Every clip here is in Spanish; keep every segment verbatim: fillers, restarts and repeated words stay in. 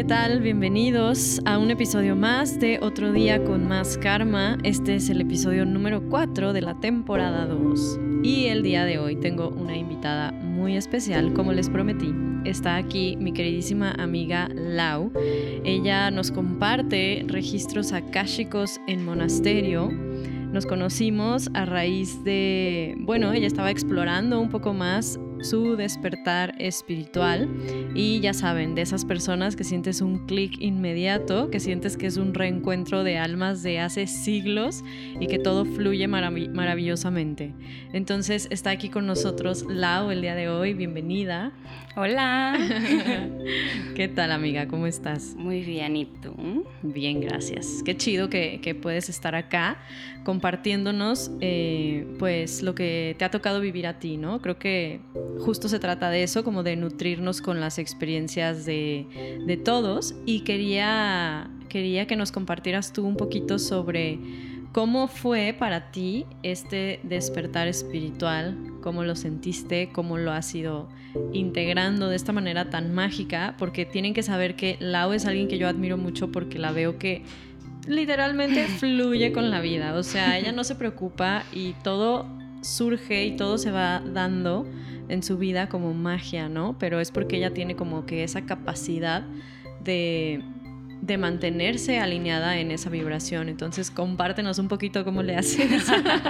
¿qué tal? Bienvenidos a un episodio más de Otro Día con Más Karma. Este es el episodio número cuatro de la temporada dos. Y el día de hoy tengo una invitada muy especial, como les prometí. Está aquí mi queridísima amiga Lau. Ella nos comparte registros akáshicos en monasterio. Nos conocimos a raíz de, bueno, ella estaba explorando un poco más su despertar espiritual y ya saben, de esas personas que sientes un clic inmediato, que sientes que es un reencuentro de almas de hace siglos y que todo fluye marav- maravillosamente. Entonces está aquí con nosotros Lau el día de hoy, bienvenida. Hola. ¿Qué tal, amiga? ¿Cómo estás? Muy bien, ¿y tú? Bien, gracias. Qué chido que, que puedes estar acá compartiéndonos eh, pues lo que te ha tocado vivir a ti, ¿no? Creo que justo se trata de eso, como de nutrirnos con las experiencias de, de todos, y quería, quería que nos compartieras tú un poquito sobre cómo fue para ti este despertar espiritual, cómo lo sentiste, cómo lo has ido integrando de esta manera tan mágica, porque tienen que saber que Lau es alguien que yo admiro mucho porque la veo que literalmente fluye con la vida, o sea, ella no se preocupa y todo surge y todo se va dando en su vida como magia, ¿no? Pero es porque ella tiene como que esa capacidad de, de mantenerse alineada en esa vibración. Entonces, compártenos un poquito cómo le haces.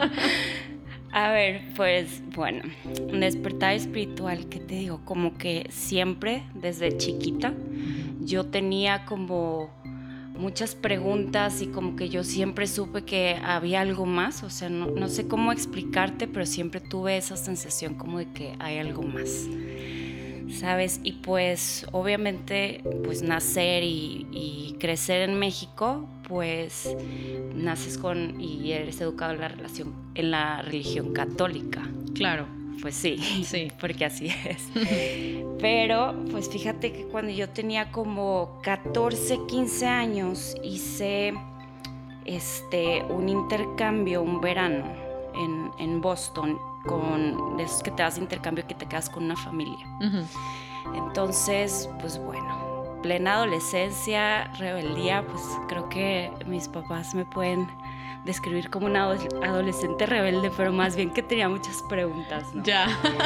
A ver, pues bueno, un despertar espiritual, ¿qué te digo? Como que siempre, desde chiquita, yo tenía como muchas preguntas y como que yo siempre supe que había algo más, o sea, no, no sé cómo explicarte, pero siempre tuve esa sensación como de que hay algo más, ¿sabes? Y pues obviamente pues nacer y, y crecer en México, pues naces con y eres educado en la relación, en la religión católica. Claro. Pues sí, sí, porque así es. Pero pues fíjate que cuando yo tenía como catorce, quince años hice este, un intercambio, un verano en, en Boston, con de esos que te das de intercambio que te quedas con una familia. Uh-huh. Entonces, pues bueno, plena adolescencia, rebeldía, pues creo que mis papás me pueden describir como una adolescente rebelde, pero más bien que tenía muchas preguntas, ¿no? Ya.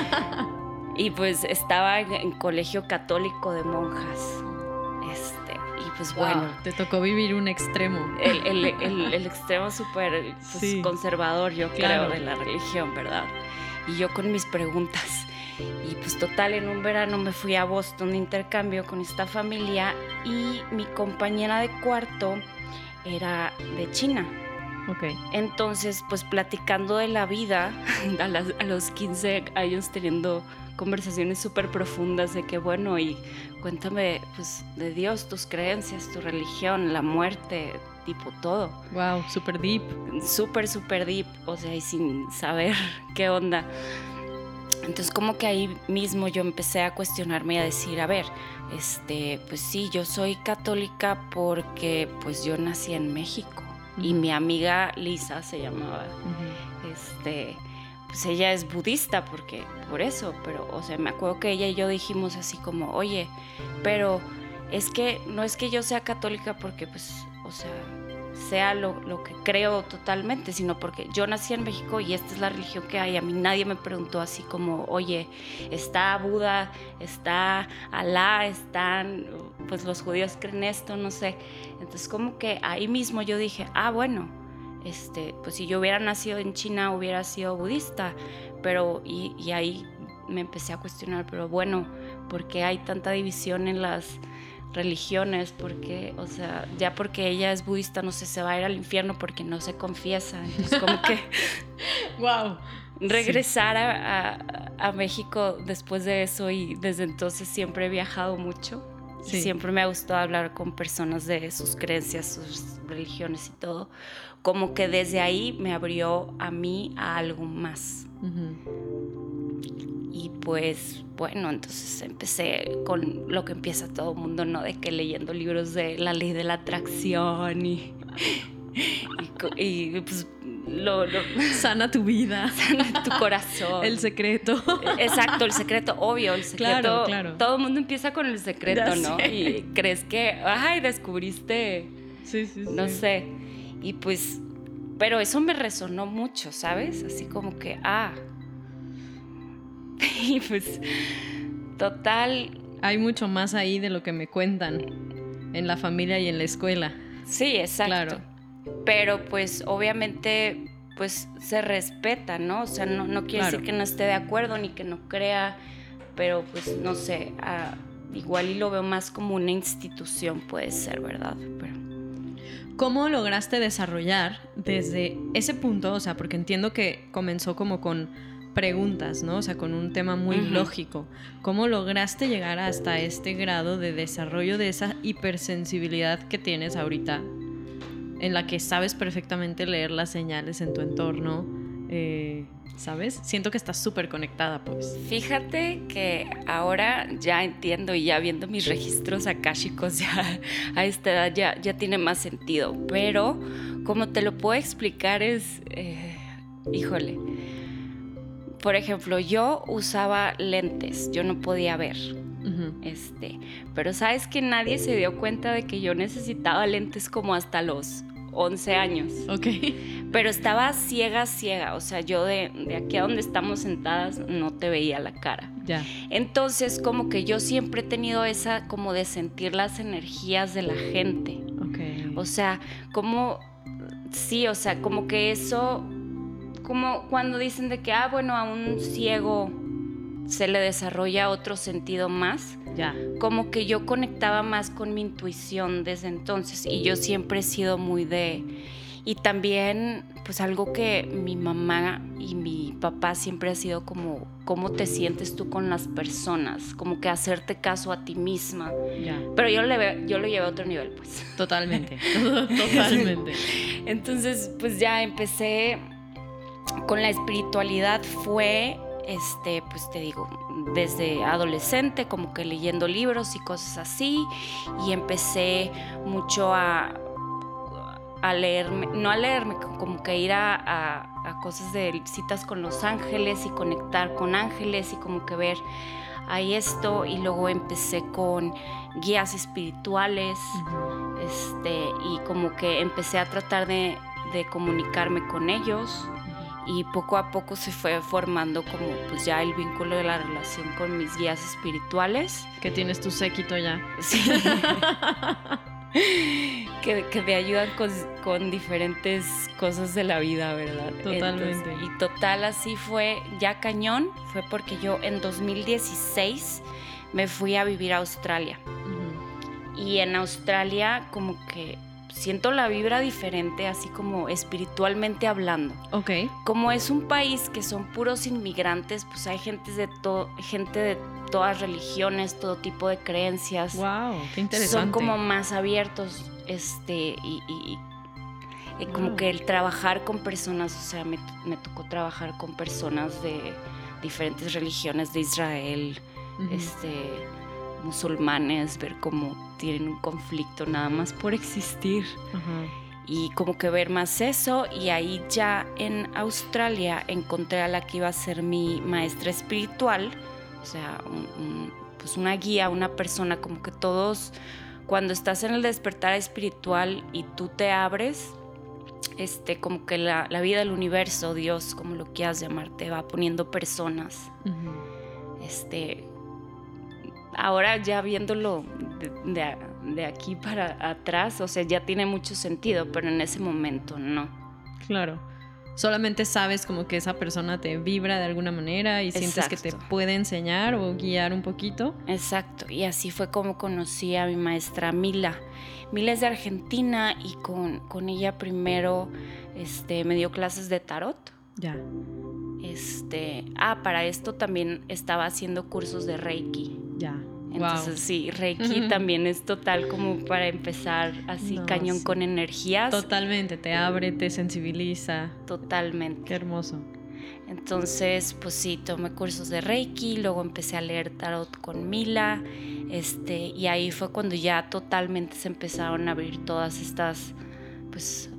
Y pues estaba en, en colegio católico de monjas. Este, y pues wow, bueno. Te tocó vivir un extremo. El, el, el, el extremo súper pues, sí. conservador, yo claro. creo, de la religión, ¿verdad? Y yo con mis preguntas. Y pues total, en un verano me fui a Boston de intercambio con esta familia y mi compañera de cuarto era de China. Okay. Entonces, pues platicando de la vida, a, las, a los quince años teniendo conversaciones súper profundas de que, bueno, y cuéntame pues de Dios, tus creencias, tu religión, la muerte, tipo todo. Wow, súper deep. Súper, súper deep, o sea, y sin saber qué onda. Entonces como que ahí mismo yo empecé a cuestionarme y a decir, a ver, este, pues sí, yo soy católica porque pues yo nací en México. Y mi amiga Lisa se llamaba, uh-huh. este, pues ella es budista porque, por eso, pero, o sea, me acuerdo que ella y yo dijimos así como, oye, pero es que no es que yo sea católica porque, pues, o sea, sea lo, lo que creo totalmente, sino porque yo nací en México y esta es la religión que hay. A mí nadie me preguntó así como, oye, está Buda, está Alá, están, pues los judíos creen esto, no sé. Entonces como que ahí mismo yo dije, ah, bueno, este, pues si yo hubiera nacido en China hubiera sido budista, pero y, y ahí me empecé a cuestionar, pero bueno, ¿por qué hay tanta división en las religiones? Porque, o sea, ya porque ella es budista, no sé, se va a ir al infierno porque no se confiesa. Entonces como que wow. regresar sí. a, a, a México después de eso, y desde entonces siempre he viajado mucho. Sí. Siempre me ha gustado hablar con personas de sus creencias, sus religiones y todo. Como que desde ahí me abrió a mí a algo más. Uh-huh. Y pues, bueno, entonces empecé con lo que empieza todo el mundo, ¿no? De que leyendo libros de la ley de la atracción y, y, y pues lo, lo sana tu vida, sana tu corazón. El secreto. Exacto, el secreto, obvio, el secreto. Claro, claro. Todo el mundo empieza con el secreto, Ya ¿no? sé. Y crees que, ay, descubriste, Sí, sí, sí. no sé. Y pues, pero eso me resonó mucho, ¿sabes? Así como que, ah. Y pues, total. Hay mucho más ahí de lo que me cuentan en la familia y en la escuela. Sí, exacto. Claro. Pero pues obviamente pues se respeta, ¿no? O sea, no, no quiere Claro. decir que no esté de acuerdo ni que no crea, pero pues no sé, ah, igual y lo veo más como una institución, puede ser, ¿verdad? Pero... ¿Cómo lograste desarrollar desde ese punto? O sea, porque entiendo que comenzó como con preguntas, ¿no? O sea, con un tema muy Uh-huh. lógico. ¿Cómo lograste llegar hasta este grado de desarrollo de esa hipersensibilidad que tienes ahorita, en la que sabes perfectamente leer las señales en tu entorno? Eh, ¿Sabes? Siento que estás súper conectada, pues. Fíjate que ahora ya entiendo, y ya viendo mis registros akáshicos, ya a esta edad ya, ya tiene más sentido. Pero como te lo puedo explicar es, eh, híjole, por ejemplo, yo usaba lentes, yo no podía ver. Uh-huh. Este, pero sabes que nadie se dio cuenta de que yo necesitaba lentes como hasta los once años. Ok. Pero estaba ciega, ciega. O sea, yo de, de aquí a donde estamos sentadas no te veía la cara. Ya. Entonces, como que yo siempre he tenido esa como de sentir las energías de la gente. Ok. O sea, como, sí, o sea, como que eso, como cuando dicen de que, ah, bueno, a un ciego se le desarrolla otro sentido más. Ya. Como que yo conectaba más con mi intuición desde entonces, y yo siempre he sido muy de... Y también, pues algo que mi mamá y mi papá siempre ha sido como cómo te sientes tú con las personas, como que hacerte caso a ti misma. Ya. Pero yo, le, yo lo llevé a otro nivel, pues. Totalmente. Totalmente. Entonces, pues ya empecé con la espiritualidad, fue... Este, pues te digo, desde adolescente, como que leyendo libros y cosas así, y empecé mucho a, a leerme, no a leerme, como que ir a, a, a cosas de citas con los ángeles y conectar con ángeles y como que ver ahí esto, y luego empecé con guías espirituales, uh-huh. este, y como que empecé a tratar de, de comunicarme con ellos. Y poco a poco se fue formando como pues ya el vínculo de la relación con mis guías espirituales. Que tienes tu séquito ya. Sí. que, que me ayudan con, con diferentes cosas de la vida, ¿verdad? Totalmente. Entonces, y total así fue, ya cañón, fue porque yo en dos mil dieciséis me fui a vivir a Australia. Uh-huh. Y en Australia como que... siento la vibra diferente, así como espiritualmente hablando. Ok. Como es un país que son puros inmigrantes, pues hay gente de, to- gente de todas religiones, todo tipo de creencias. Wow, qué interesante. Son como más abiertos, este, y, y, y como wow. que el trabajar con personas, o sea, me, me tocó trabajar con personas de diferentes religiones de Israel, uh-huh. este... musulmanes, ver cómo tienen un conflicto nada más por existir. Uh-huh. Y como que ver más eso, y ahí ya en Australia encontré a la que iba a ser mi maestra espiritual, o sea, un, un, pues una guía, una persona, como que todos, cuando estás en el despertar espiritual y tú te abres, este, como que la, la vida del universo, Dios, como lo quieras llamar, te va poniendo personas. Uh-huh. Este... Ahora ya viéndolo de, de, de aquí para atrás, o sea, ya tiene mucho sentido, pero en ese momento no. Claro. Solamente sabes como que esa persona te vibra de alguna manera y sientes Exacto. que te puede enseñar o guiar un poquito. Exacto. Y así fue como conocí a mi maestra Mila. Mila es de Argentina y con, con ella primero este, me dio clases de tarot. Ya. Este, ah, para esto también estaba haciendo cursos de Reiki. Ya. Entonces wow. sí, Reiki uh-huh. también es total como para empezar así no, cañón sí. con energías. Totalmente, te abre, te sensibiliza. Totalmente. Qué hermoso. Entonces, pues sí, tomé cursos de Reiki, luego empecé a leer tarot con Mila, este, y ahí fue cuando ya totalmente se empezaron a abrir todas estas pues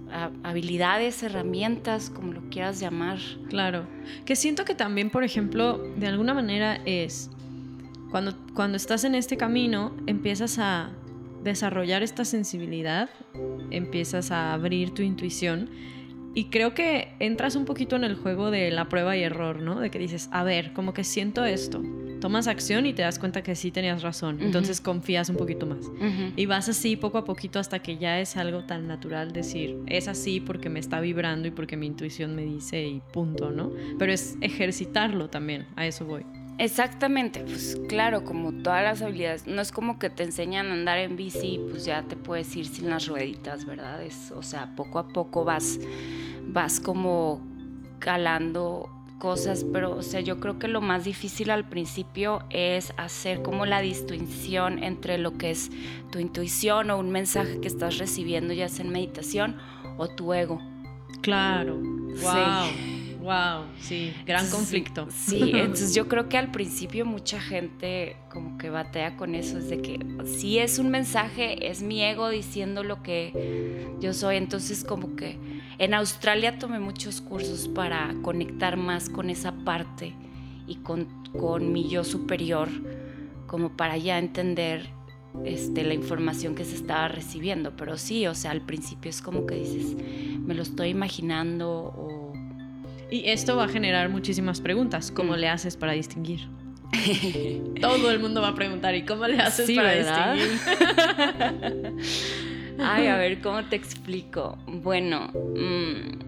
habilidades, herramientas, como lo quieras llamar. Claro, que siento que también, por ejemplo, de alguna manera es cuando, cuando estás en este camino, empiezas a desarrollar esta sensibilidad, empiezas a abrir tu intuición y creo que entras un poquito en el juego de la prueba y error, ¿no? De que dices, a ver, como que siento esto, tomas acción y te das cuenta que sí tenías razón, uh-huh. Entonces confías un poquito más, uh-huh. Y vas así poco a poquito hasta que ya es algo tan natural decir, es así porque me está vibrando y porque mi intuición me dice y punto, ¿no? Pero es ejercitarlo también, a eso voy. Exactamente, pues claro, como todas las habilidades, no es como que te enseñan a andar en bici y pues ya te puedes ir sin las rueditas, ¿verdad? Es, o sea, poco a poco vas, vas como calando cosas, pero o sea, yo creo que lo más difícil al principio es hacer como la distinción entre lo que es tu intuición o un mensaje que estás recibiendo ya sea en meditación o tu ego. Claro, wow. Sí. Wow, sí, gran entonces, conflicto. Sí, entonces yo creo que al principio mucha gente como que batea con eso, es de que si es un mensaje, es mi ego diciendo lo que yo soy, entonces como que en Australia tomé muchos cursos para conectar más con esa parte y con, con mi yo superior, como para ya entender este, la información que se estaba recibiendo, pero sí, o sea, al principio es como que dices, me lo estoy imaginando o... Y esto va a generar muchísimas preguntas. ¿Cómo mm. le haces para distinguir? Todo el mundo va a preguntar, ¿y cómo le haces sí, para ¿verdad? distinguir? Ay, a ver, ¿cómo te explico? Bueno, mmm,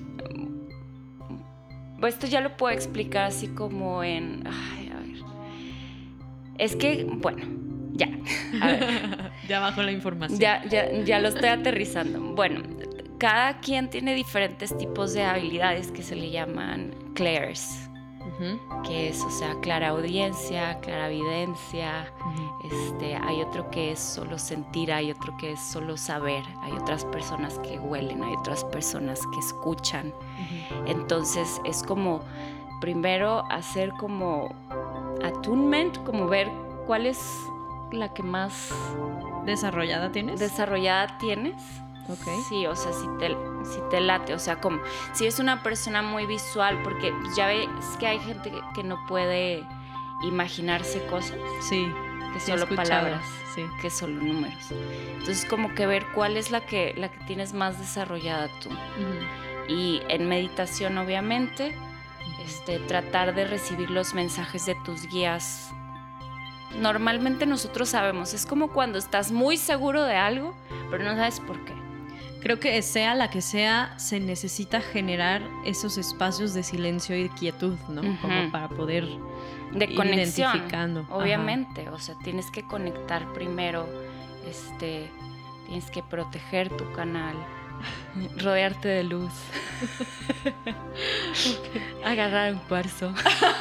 pues esto ya lo puedo explicar así como en... Ay, a ver. Es que, bueno, ya. A ver. Ya bajo la información. Ya, ya, ya lo estoy aterrizando. Bueno, cada quien tiene diferentes tipos de habilidades que se le llaman clairs, uh-huh. Que es, o sea, claraudiencia, claravidencia, uh-huh. este, hay otro que es solo sentir, hay otro que es solo saber, hay otras personas que huelen, hay otras personas que escuchan. Uh-huh. Entonces es como, primero hacer como attunement, como ver cuál es la que más desarrollada tienes. Desarrollada tienes. Okay. Sí, o sea, si te, si te late, o sea, como si es una persona muy visual, porque ya ves que hay gente que, que no puede imaginarse cosas, sí, que solo palabras, sí. que solo números. Entonces, como que ver cuál es la que, la que tienes más desarrollada tú. Uh-huh. Y en meditación, obviamente, uh-huh. este, tratar de recibir los mensajes de tus guías. Normalmente nosotros sabemos, es como cuando estás muy seguro de algo, pero no sabes por qué. Creo que sea la que sea, se necesita generar esos espacios de silencio y de quietud, ¿no? Uh-huh. Como para poder de ir conexión, identificando. Obviamente, ajá. O sea, tienes que conectar primero, este, tienes que proteger tu canal, rodearte de luz, okay. Agarrar un cuarzo.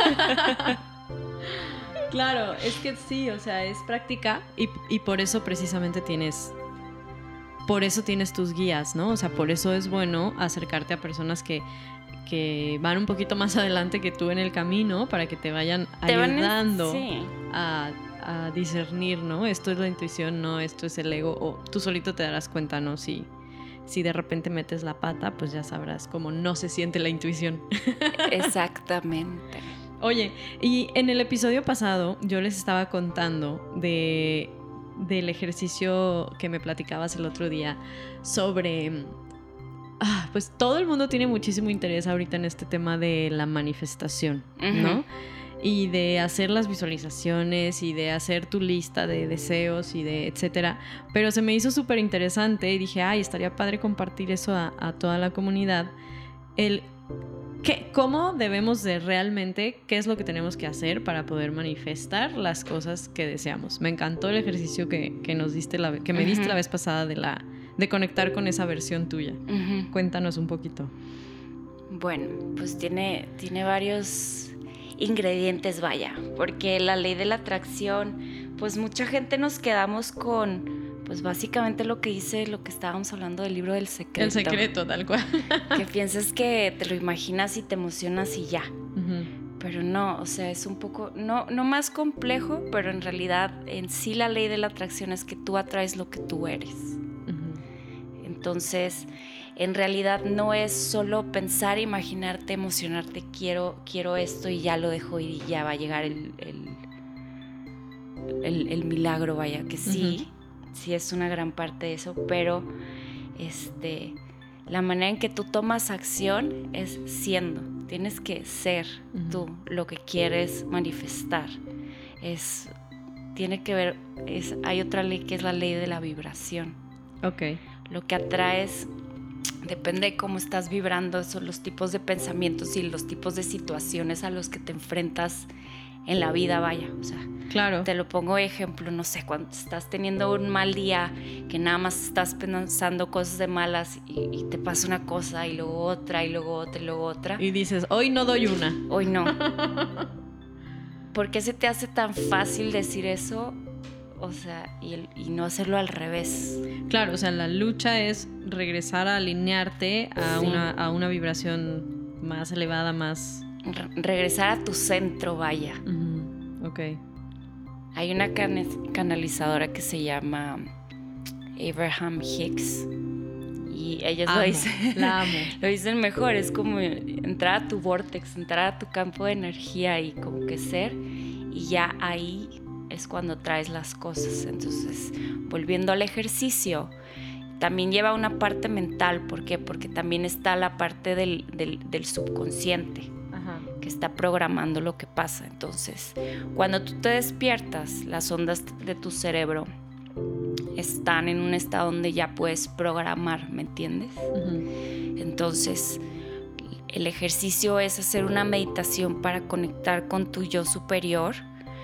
Claro, es que sí, o sea, es práctica y, y por eso precisamente tienes... Por eso tienes tus guías, ¿no? O sea, por eso es bueno acercarte a personas que, que van un poquito más adelante que tú en el camino para que te vayan te ayudando van en... sí. a, a discernir, ¿no? Esto es la intuición, no, esto es el ego. O tú solito te darás cuenta, ¿no? Si, si de repente metes la pata, pues ya sabrás cómo no se siente la intuición. Exactamente. Oye, y en el episodio pasado yo les estaba contando de... del ejercicio que me platicabas el otro día sobre... Ah, pues todo el mundo tiene muchísimo interés ahorita en este tema de la manifestación, uh-huh. ¿no? Y de hacer las visualizaciones y de hacer tu lista de deseos y de etcétera. Pero se me hizo súper interesante y dije, ay, estaría padre compartir eso a, a toda la comunidad. El... ¿Qué, ¿Cómo debemos de realmente, qué es lo que tenemos que hacer para poder manifestar las cosas que deseamos? Me encantó el ejercicio que, que, nos diste la, que me uh-huh. diste la vez pasada de, la, de conectar con esa versión tuya. Uh-huh. Cuéntanos un poquito. Bueno, pues tiene, tiene varios ingredientes, vaya, porque la ley de la atracción, pues mucha gente nos quedamos con... Pues básicamente lo que hice, lo que estábamos hablando del libro del secreto. El secreto, tal cual. Que piensas que te lo imaginas y te emocionas y ya. Uh-huh. Pero no, o sea, es un poco, no, no más complejo, pero en realidad en sí la ley de la atracción es que tú atraes lo que tú eres. Uh-huh. Entonces, en realidad no es solo pensar, imaginarte, emocionarte, quiero, quiero esto y ya lo dejo ir y ya va a llegar el, el, el, el milagro, vaya, que sí, uh-huh. sí es una gran parte de eso, pero este, la manera en que tú tomas acción es siendo, tienes que ser uh-huh. tú lo que quieres manifestar, es, tiene que ver, es, hay otra ley que es la ley de la vibración. Okay. Lo que atraes depende de cómo estás vibrando, son los tipos de pensamientos y los tipos de situaciones a los que te enfrentas en la vida, vaya, o sea, claro. Te lo pongo de ejemplo, no sé, cuando estás teniendo un mal día, que nada más estás pensando cosas de malas y, y te pasa una cosa y luego otra y luego otra y luego otra. Y dices, hoy no doy una. Hoy no. ¿Por qué se te hace tan fácil decir eso? O sea, y, el, y no hacerlo al revés. Claro, o sea, la lucha es regresar a alinearte a, sí. una, a una vibración más elevada, más... Re- regresar a tu centro, vaya. Uh-huh. Ok. Hay una can- canalizadora que se llama Abraham Hicks y ella amo, lo dice, la amo. Lo dicen mejor, es como entrar a tu vortex, entrar a tu campo de energía y como que ser, y ya ahí es cuando traes las cosas. Entonces, volviendo al ejercicio, también lleva una parte mental. ¿Por qué? Porque también está la parte del, del, del subconsciente. Ajá. Que está programando lo que pasa. Entonces, cuando tú te despiertas, las ondas de tu cerebro están en un estado donde ya puedes programar, ¿me entiendes? Uh-huh. Entonces, el ejercicio es hacer una meditación para conectar con tu yo superior,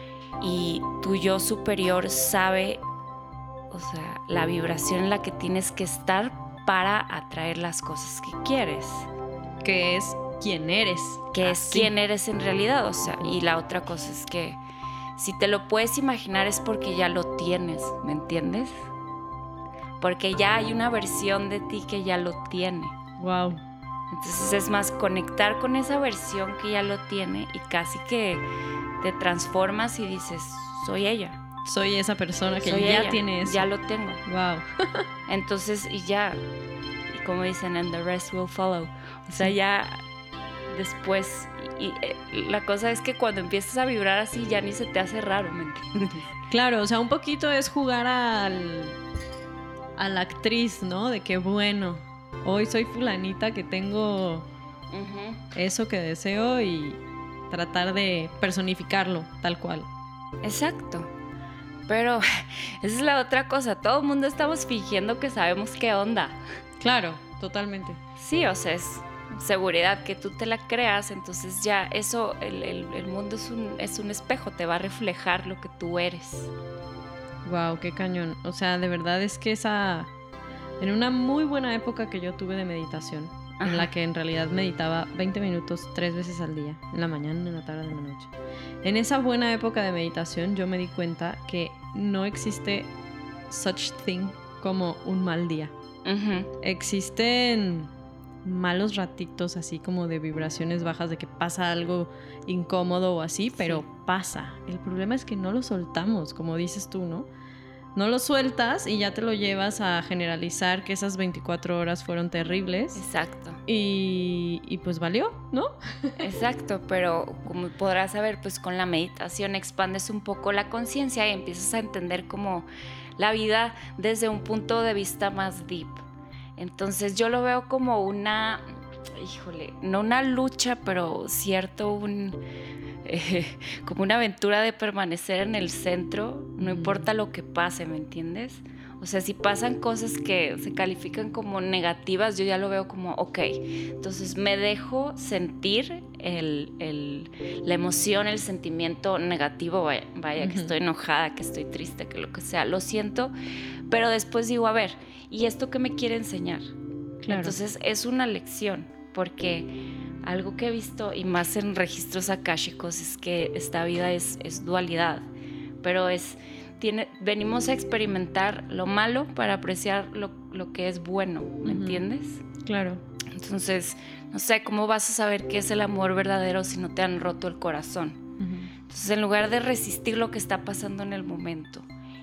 y tu yo superior sabe, o sea, la vibración en la que tienes que estar para atraer las cosas que quieres. Que es quién eres. Que es quién eres en realidad, o sea, y la otra cosa es que si te lo puedes imaginar es porque ya lo tienes, ¿me entiendes? Porque ya hay una versión de ti que ya lo tiene. Wow. Entonces es más conectar con esa versión que ya lo tiene y casi que te transformas y dices, soy ella. Soy esa persona que soy ya ella, tiene eso. Ya lo tengo. Wow. Entonces, y ya, y como dicen, and the rest will follow. O sea, sí. ya después, y, y la cosa es que cuando empiezas a vibrar así ya ni se te hace raro, ¿me entiendes? Claro, o sea, un poquito es jugar al, a la actriz, ¿no? De que bueno, hoy soy fulanita que tengo uh-huh. eso que deseo y tratar de personificarlo tal cual. Exacto. Pero esa es la otra cosa, todo el mundo estamos fingiendo que sabemos qué onda. Claro, totalmente. Sí, o sea, es seguridad que tú te la creas, entonces ya eso, el, el, el mundo es un, es un espejo, te va a reflejar lo que tú eres. Wow, qué cañón. O sea, de verdad es que esa... En una muy buena época que yo tuve de meditación, ajá. en la que en realidad meditaba veinte minutos tres veces al día, en la mañana, en la tarde, en la noche. En esa buena época de meditación yo me di cuenta que no existe such thing como un mal día. Uh-huh. Existen malos ratitos así como de vibraciones bajas, de que pasa algo incómodo o así, pero sí. pasa. El problema es que no lo soltamos, como dices tú, ¿no? No lo sueltas y ya te lo llevas a generalizar que esas veinticuatro horas fueron terribles. Exacto. Y, y pues valió, ¿no? Exacto, pero como podrás saber, pues con la meditación expandes un poco la conciencia y empiezas a entender como la vida desde un punto de vista más deep. Entonces yo lo veo como una, híjole, no una lucha, pero cierto, un... Eh, como una aventura de permanecer en el centro, no importa lo que pase, ¿me entiendes? O sea, si pasan cosas que se califican como negativas, yo ya lo veo como, ok, entonces me dejo sentir el, el, la emoción, el sentimiento negativo, vaya, vaya uh-huh. que estoy enojada, que estoy triste, que lo que sea, lo siento, pero después digo, a ver, ¿y esto qué me quiere enseñar? Claro. Entonces es una lección, porque... Algo que he visto, y más en registros akáshicos, es que esta vida es, es dualidad, pero es, tiene, venimos a experimentar lo malo para apreciar lo, lo que es bueno, ¿me uh-huh. entiendes? Claro. Entonces, no sé, ¿cómo vas a saber qué es el amor verdadero si no te han roto el corazón? Uh-huh. Entonces, en lugar de resistir lo que está pasando en el momento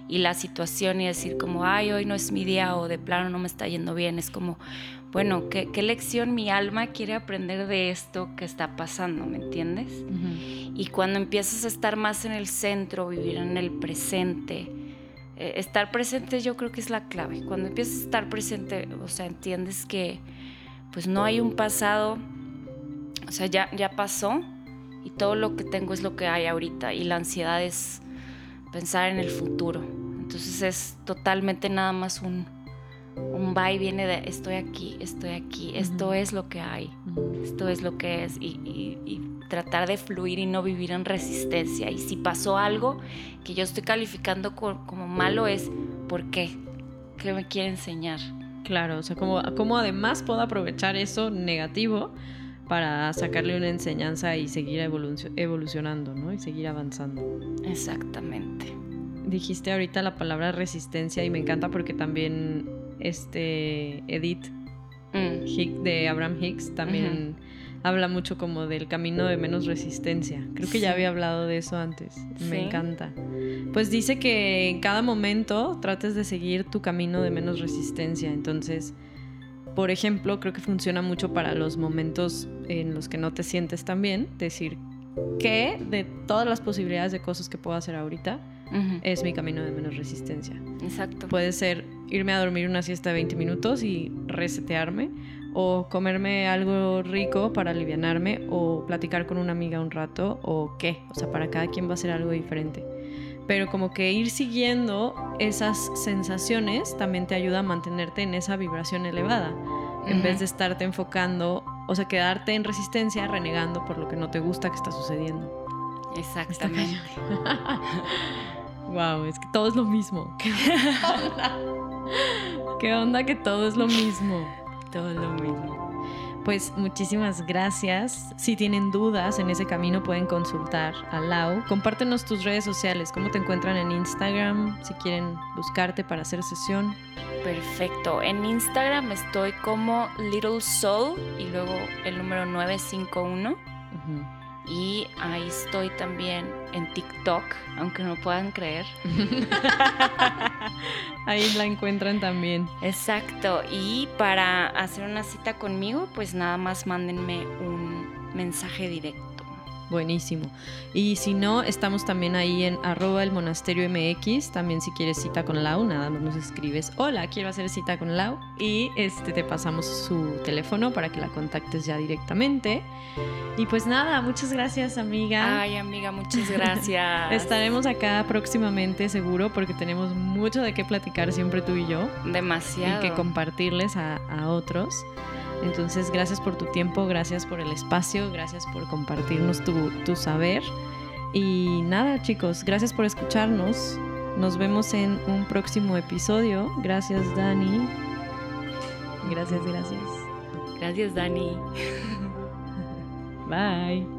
y la situación y decir como, ay, hoy no es mi día o de plano no me está yendo bien. Es como, bueno, ¿qué, qué lección mi alma quiere aprender de esto que está pasando? ¿Me entiendes? Uh-huh. Y cuando empiezas a estar más en el centro, vivir en el presente, eh, estar presente yo creo que es la clave. Cuando empiezas a estar presente, o sea, entiendes que pues no hay un pasado, o sea, ya, ya pasó y todo lo que tengo es lo que hay ahorita y la ansiedad es pensar en el futuro. Entonces es totalmente nada más un, un va y viene de estoy aquí, estoy aquí, uh-huh. esto es lo que hay, uh-huh. esto es lo que es y, y, y tratar de fluir y no vivir en resistencia. Y si pasó algo que yo estoy calificando como, como malo es ¿por qué? ¿Qué me quiere enseñar? Claro, o sea, como, como además puedo aprovechar eso negativo para sacarle una enseñanza y seguir evolu- evolucionando, ¿no? Y seguir avanzando. Exactamente. Dijiste ahorita la palabra resistencia y me encanta porque también este Edith mm. Hick, de Abraham Hicks también uh-huh. habla mucho como del camino de menos resistencia. Creo que sí. ya había hablado de eso antes. ¿Sí? Me encanta. Pues dice que en cada momento trates de seguir tu camino de menos resistencia. Entonces, por ejemplo, creo que funciona mucho para los momentos en los que no te sientes tan bien. Decir que de todas las posibilidades de cosas que puedo hacer ahorita, uh-huh. es mi camino de menos resistencia. Exacto. Puede ser irme a dormir una siesta de veinte minutos y resetearme, o comerme algo rico para alivianarme, o platicar con una amiga un rato, o qué. O sea, para cada quien va a ser algo diferente. Pero como que ir siguiendo esas sensaciones también te ayuda a mantenerte en esa vibración elevada, uh-huh. en vez de estarte enfocando, o sea, quedarte en resistencia renegando por lo que no te gusta que está sucediendo. Exactamente. Wow, es que todo es lo mismo. ¿Qué onda? ¿Qué onda que todo es lo mismo? Todo es lo mismo. Pues muchísimas gracias. Si tienen dudas en ese camino pueden consultar a Lau. Compártenos tus redes sociales. ¿Cómo te encuentran en Instagram? Si quieren buscarte para hacer sesión. Perfecto. En Instagram estoy como Little Soul y luego el número nueve cinco uno. Uh-huh. Y ahí estoy también en TikTok, aunque no puedan creer. Ahí la encuentran también. Exacto. Y para hacer una cita conmigo, pues nada más mándenme un mensaje directo. Buenísimo. Y si no, estamos también ahí en arroba el monasterio M X. También si quieres cita con Lau, nada más nos escribes: hola, quiero hacer cita con Lau. Y este te pasamos su teléfono para que la contactes ya directamente. Y pues nada, muchas gracias, amiga. Ay, amiga, muchas gracias. Estaremos acá próximamente, seguro, porque tenemos mucho de qué platicar siempre tú y yo. Demasiado. Y que compartirles a, a otros. Entonces, gracias por tu tiempo, gracias por el espacio, gracias por compartirnos tu, tu saber. Y nada, chicos, gracias por escucharnos. Nos vemos en un próximo episodio. Gracias, Dani. Gracias, gracias. Gracias, Dani. Bye.